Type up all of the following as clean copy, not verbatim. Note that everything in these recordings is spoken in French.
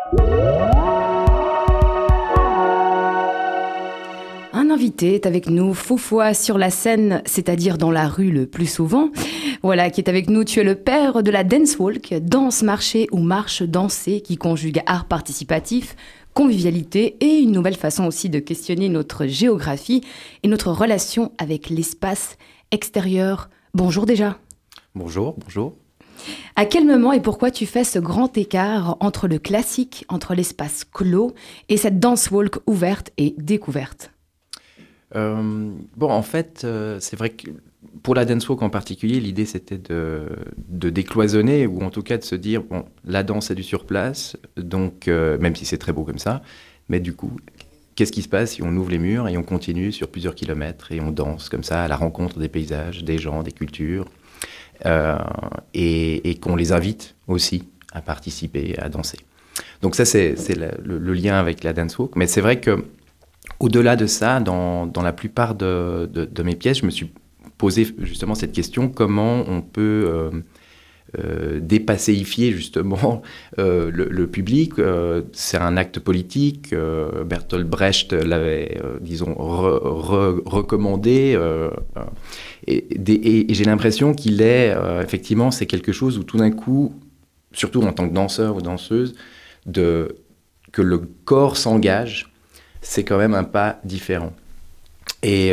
Un invité est avec nous, foufoua sur la scène, c'est-à-dire dans la rue le plus souvent. Voilà, qui est avec nous. Tu es le père de la dance walk, danse marché ou marche dansée, qui conjugue art participatif, convivialité et une nouvelle façon aussi de questionner notre géographie et notre relation avec l'espace extérieur. Bonjour déjà. Bonjour. À quel moment et pourquoi tu fais ce grand écart entre le classique, entre l'espace clos et cette dance walk ouverte et découverte ? En fait, c'est vrai que pour la dance walk en particulier, l'idée c'était de décloisonner, ou en tout cas de se dire, bon, la danse c'est du surplace, donc même si c'est très beau comme ça, mais du coup, qu'est-ce qui se passe si on ouvre les murs et on continue sur plusieurs kilomètres et on danse comme ça à la rencontre des paysages, des gens, des cultures, et qu'on les invite aussi à participer, à danser. Donc ça c'est le lien avec la dance walk, mais c'est vrai que au-delà de ça, dans la plupart de mes pièces, je me suis posé justement cette question, comment on peut dépasséifier justement le public. C'est un acte politique, Bertolt Brecht l'avait, recommandé, et j'ai l'impression qu'il est, effectivement, c'est quelque chose où tout d'un coup, surtout en tant que danseur ou danseuse, que le corps s'engage, c'est quand même un pas différent. Et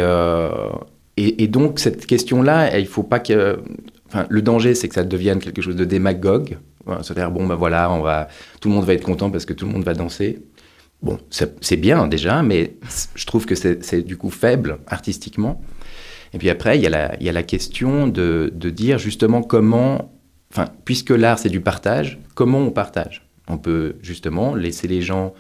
donc, cette question-là, il ne faut pas que... Enfin, le danger, c'est que ça devienne quelque chose de démagogue. C'est-à-dire, tout le monde va être content parce que tout le monde va danser. Bon, c'est bien déjà, mais je trouve que c'est du coup faible artistiquement. Et puis après, il y a la question de dire justement comment... Enfin, puisque l'art, c'est du partage, comment on partage ? On peut justement laisser les gens...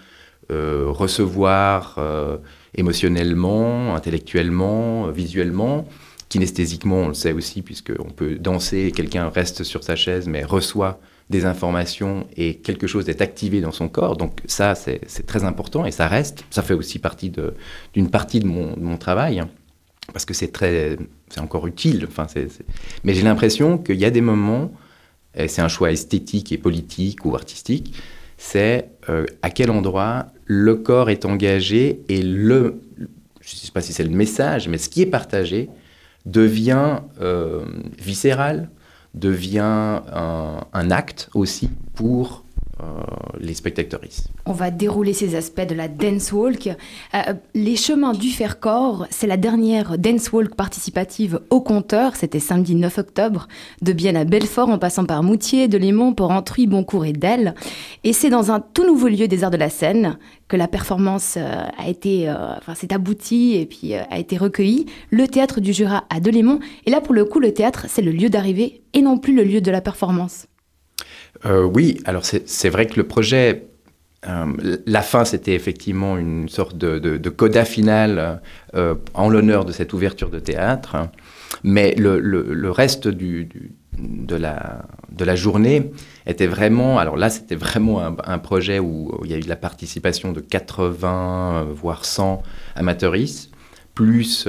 recevoir émotionnellement, intellectuellement, visuellement, kinesthésiquement, on le sait aussi, puisqu'on peut danser, quelqu'un reste sur sa chaise, mais reçoit des informations et quelque chose est activé dans son corps. Donc ça, c'est très important et ça reste. Ça fait aussi partie d'une partie de mon travail, parce que c'est encore utile. Enfin, mais j'ai l'impression qu'il y a des moments, et c'est un choix esthétique et politique ou artistique, c'est à quel endroit le corps est engagé et je ne sais pas si c'est le message, mais ce qui est partagé devient viscéral, devient un acte aussi pour les spectatrices. On va dérouler ces aspects de la dance walk. Les chemins du Faire-Corps, c'est la dernière dance walk participative au compteur. C'était samedi 9 octobre, de Bienne à Belfort, en passant par Moutier, Delémont, Port-Entruy, Boncourt et Delle. Et c'est dans un tout nouveau lieu des Arts de la Seine que la performance s'est aboutie et puis a été recueillie. Le théâtre du Jura à Delémont. Et là, pour le coup, le théâtre, c'est le lieu d'arrivée et non plus le lieu de la performance. Oui, alors c'est vrai que le projet, la fin, c'était effectivement une sorte de coda final en l'honneur de cette ouverture de théâtre, mais le reste de la journée était vraiment... Alors là, c'était vraiment un projet où il y a eu de la participation de 80, voire 100 amateuristes, plus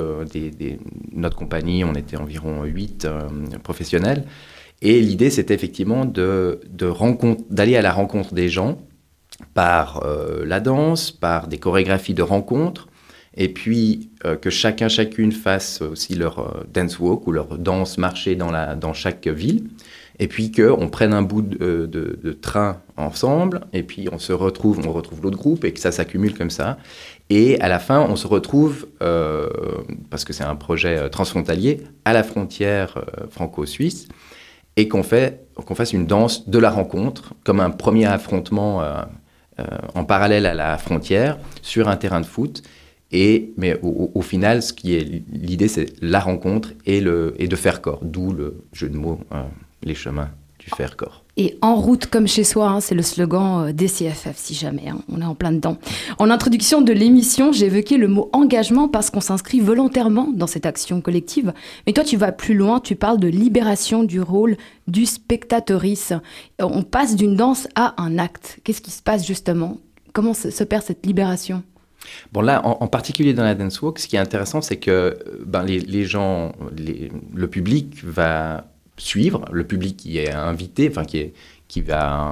notre compagnie, on était environ 8 professionnels. Et l'idée, c'était effectivement d'aller à la rencontre des gens par la danse, par des chorégraphies de rencontres, et puis que chacune fasse aussi leur dance walk ou leur danse marché dans chaque ville, et puis qu'on prenne un bout de train ensemble, et puis on retrouve l'autre groupe, et que ça s'accumule comme ça. Et à la fin, on se retrouve, parce que c'est un projet transfrontalier, à la frontière franco-suisse, et qu'on fasse une danse de la rencontre, comme un premier affrontement en parallèle à la frontière, sur un terrain de foot. Mais au final, l'idée, c'est la rencontre et de faire corps, d'où le jeu de mots, les chemins du faire corps. Et en route comme chez soi, c'est le slogan des CFF, si jamais, on est en plein dedans. En introduction de l'émission, j'ai évoqué le mot engagement parce qu'on s'inscrit volontairement dans cette action collective. Mais toi, tu vas plus loin, tu parles de libération du rôle du spectatrice. On passe d'une danse à un acte. Qu'est-ce qui se passe justement ? Comment s'opère cette libération ? Bon, là, en particulier dans la dance walk, ce qui est intéressant, c'est que les gens, le public va suivre, le public qui est invité, enfin qui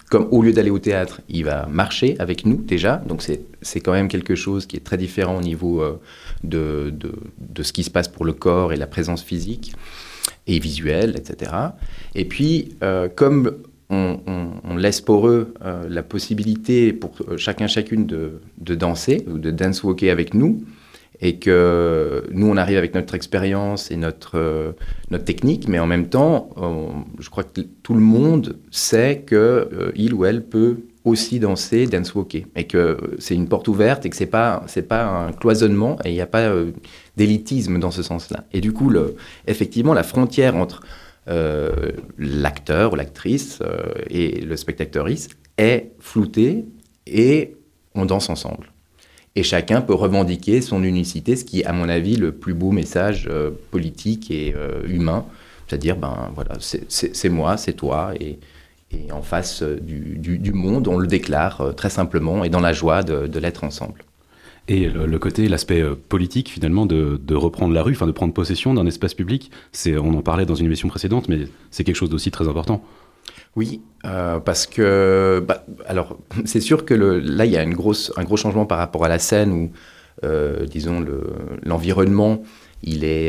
comme au lieu d'aller au théâtre, il va marcher avec nous déjà. Donc c'est quand même quelque chose qui est très différent au niveau de ce qui se passe pour le corps et la présence physique et visuelle, etc. Et puis, comme on laisse pour eux la possibilité pour chacune de danser ou de dance walker avec nous, et que nous, on arrive avec notre expérience et notre technique, mais en même temps, je crois que tout le monde sait qu'il ou elle peut aussi danser, dance walker, et que c'est une porte ouverte et que c'est pas un cloisonnement et il n'y a pas d'élitisme dans ce sens-là. Et du coup, effectivement, la frontière entre l'acteur ou l'actrice et le spectateuriste est floutée et on danse ensemble. Et chacun peut revendiquer son unicité, ce qui est, à mon avis, le plus beau message politique et humain. C'est-à-dire, voilà, c'est moi, c'est toi, et en face du monde, on le déclare très simplement et dans la joie de l'être ensemble. Et l'aspect politique, finalement, de reprendre la rue, de prendre possession d'un espace public, on en parlait dans une émission précédente, mais c'est quelque chose d'aussi très important. Oui, parce que, alors, c'est sûr que là, il y a un gros changement par rapport à la scène où, disons, l'environnement, il est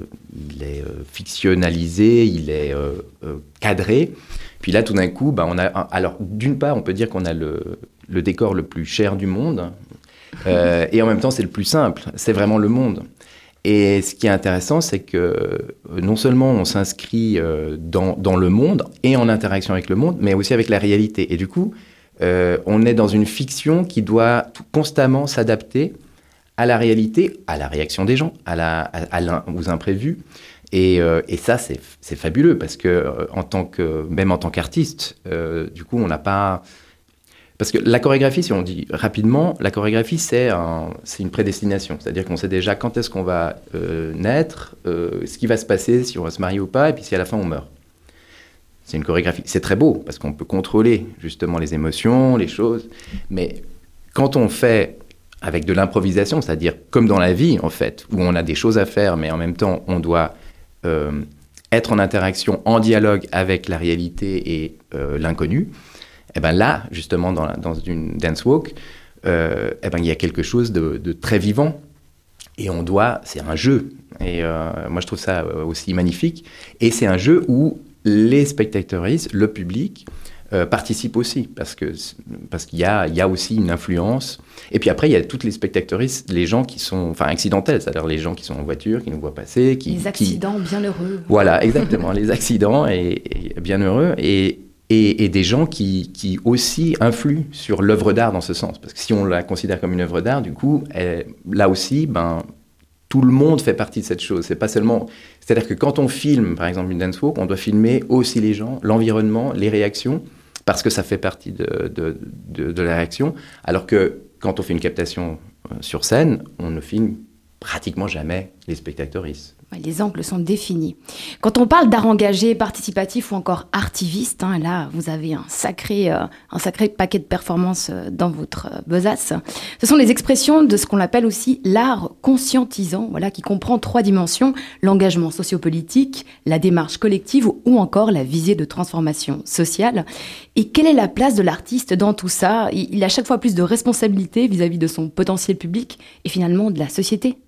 fictionnalisé, il est cadré. Puis là, tout d'un coup, alors, d'une part, on peut dire qu'on a le décor le plus cher du monde, et en même temps, c'est le plus simple. C'est vraiment le monde. Et ce qui est intéressant, c'est que non seulement on s'inscrit dans le monde et en interaction avec le monde, mais aussi avec la réalité. Et du coup, on est dans une fiction qui doit constamment s'adapter à la réalité, à la réaction des gens, aux imprévus. Et ça, c'est fabuleux parce que même en tant qu'artiste, du coup, on n'a pas... Parce que la chorégraphie, si on dit rapidement, la chorégraphie, c'est une prédestination. C'est-à-dire qu'on sait déjà quand est-ce qu'on va naître, ce qui va se passer, si on va se marier ou pas, et puis si à la fin on meurt. C'est une chorégraphie. C'est très beau, parce qu'on peut contrôler justement les émotions, les choses. Mais quand on fait avec de l'improvisation, c'est-à-dire comme dans la vie, en fait, où on a des choses à faire, mais en même temps, on doit être en interaction, en dialogue avec la réalité et l'inconnu, et bien là, justement, dans une dance walk, il y a quelque chose de très vivant. Et c'est un jeu. Et moi, je trouve ça aussi magnifique. Et c'est un jeu où les spectateuristes, le public, participent aussi. Parce qu'il y a aussi une influence. Et puis après, il y a toutes les spectateuristes, les gens qui sont accidentels, c'est-à-dire les gens qui sont en voiture, qui nous voient passer. Les accidents bienheureux. Voilà, exactement. Les accidents et bienheureux. Et des gens qui aussi influent sur l'œuvre d'art dans ce sens. Parce que si on la considère comme une œuvre d'art, du coup, là aussi, tout le monde fait partie de cette chose. C'est pas seulement... C'est-à-dire que quand on filme, par exemple, une dance walk, on doit filmer aussi les gens, l'environnement, les réactions, parce que ça fait partie de la réaction. Alors que quand on fait une captation sur scène, on ne filme pratiquement jamais les spectateuristes. Les angles sont définis. Quand on parle d'art engagé, participatif ou encore artiviste, là, vous avez un sacré paquet de performances dans votre besace. Ce sont les expressions de ce qu'on appelle aussi l'art conscientisant, qui comprend 3 dimensions, l'engagement sociopolitique, la démarche collective ou encore la visée de transformation sociale. Et quelle est la place de l'artiste dans tout ça ? Il a chaque fois plus de responsabilités vis-à-vis de son potentiel public et finalement de la société.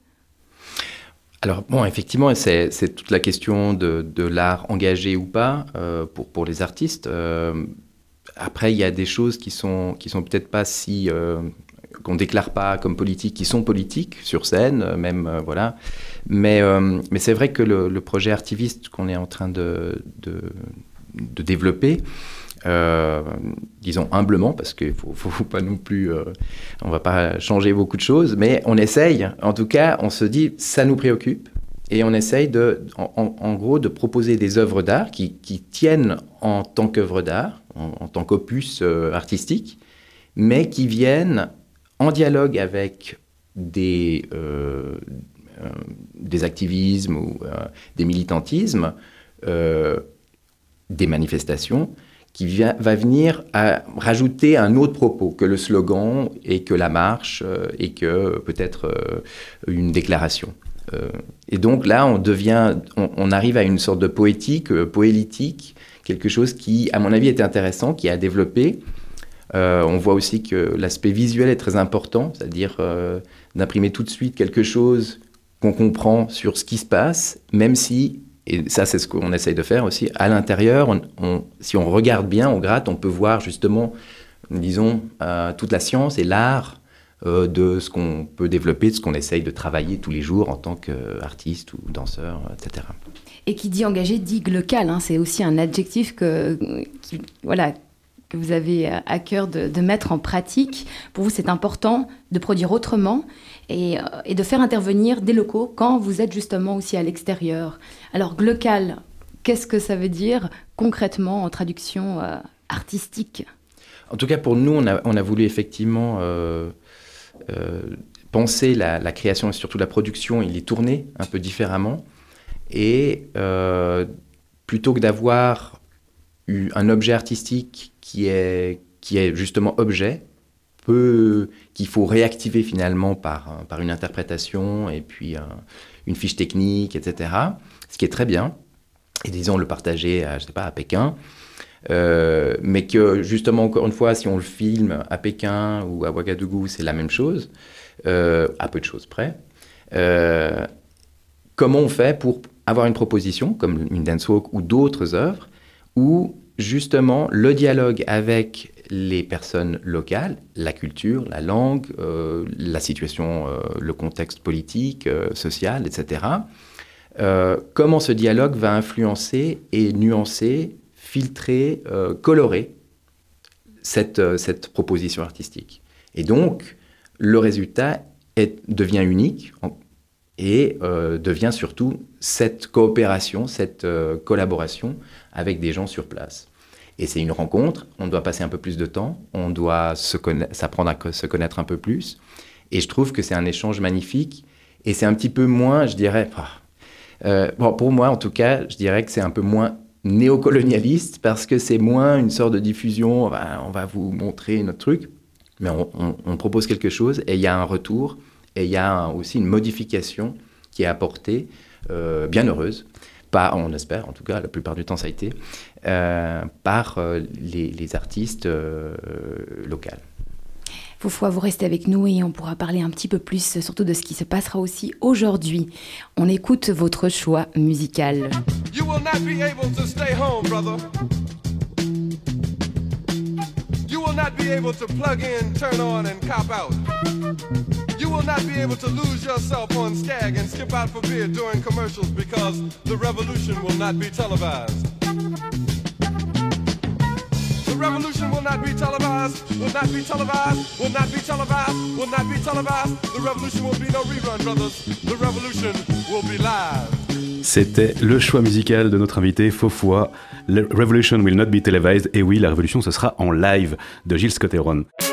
Alors, effectivement, c'est toute la question de l'art engagé ou pas pour les artistes. Après, il y a des choses qui sont peut-être pas si... qu'on déclare pas comme politiques, qui sont politiques sur scène, même, voilà. Mais c'est vrai que le projet artiviste qu'on est en train de développer, disons humblement, parce qu'il faut pas non plus, on va pas changer beaucoup de choses, mais on essaye, en tout cas, on se dit, ça nous préoccupe, et on essaye en gros de proposer des œuvres d'art qui tiennent en tant qu'œuvre d'art, en tant qu'opus artistique, mais qui viennent en dialogue avec des activismes ou des militantismes, des manifestations, qui va venir à rajouter un autre propos que le slogan et que la marche et que peut-être une déclaration. Et donc là, on arrive à une sorte de poétique, poélitique, quelque chose qui, à mon avis, était intéressant, qui a développé. On voit aussi que l'aspect visuel est très important, c'est-à-dire d'imprimer tout de suite quelque chose qu'on comprend sur ce qui se passe, même si, et ça c'est ce qu'on essaye de faire aussi, à l'intérieur, si on regarde bien, on gratte, on peut voir justement, disons, toute la science et l'art de ce qu'on peut développer, de ce qu'on essaye de travailler tous les jours en tant qu'artiste ou danseur, etc. Et qui dit engagé dit local, hein, c'est aussi un adjectif que vous avez à cœur de mettre en pratique. Pour vous, c'est important de produire autrement et de faire intervenir des locaux quand vous êtes justement aussi à l'extérieur. Alors, local, qu'est-ce que ça veut dire concrètement en traduction artistique ? En tout cas, pour nous, on a voulu effectivement penser la création et surtout la production et les tourner un peu différemment. Et plutôt que d'avoir un objet artistique qui est justement objet, qu'il faut réactiver finalement par une interprétation et puis une fiche technique, etc. Ce qui est très bien. Et disons le partager à Pékin. Mais que justement, encore une fois, si on le filme à Pékin ou à Ouagadougou, c'est la même chose, à peu de choses près. Comment on fait pour avoir une proposition, comme une dance walk ou d'autres œuvres, où justement le dialogue avec les personnes locales, la culture, la langue, la situation, le contexte politique, social, etc. Comment ce dialogue va influencer et nuancer, filtrer, colorer cette proposition artistique. Et donc, le résultat devient unique et devient surtout cette coopération, cette collaboration avec des gens sur place. Et c'est une rencontre, on doit passer un peu plus de temps, on doit s'apprendre à se connaître un peu plus. Et je trouve que c'est un échange magnifique. Et c'est un petit peu moins, je dirais... pour moi, en tout cas, je dirais que c'est un peu moins néocolonialiste parce que c'est moins une sorte de diffusion, on va vous montrer notre truc, mais on propose quelque chose et il y a un retour et il y a aussi une modification qui est apportée, bien heureuse, on espère, en tout cas, la plupart du temps ça a été, par les artistes locaux. Fofua, vous restez avec nous et on pourra parler un petit peu plus, surtout de ce qui se passera aussi aujourd'hui. On écoute votre choix musical. You will not be able to stay home, brother. You will not be able to plug in, turn on, and cop out. You will not be able to lose yourself on Skag and skip out for beer during commercials because the revolution will not be televised. The revolution will not be televised, will not be televised, will not be televised, will not be televised. The revolution will be no rerun, brothers. The revolution will be live. C'était le choix musical de notre invité Fofua. Revolution will not be televised. Et oui, la révolution, ce sera en live de Gilles Scott-Heron.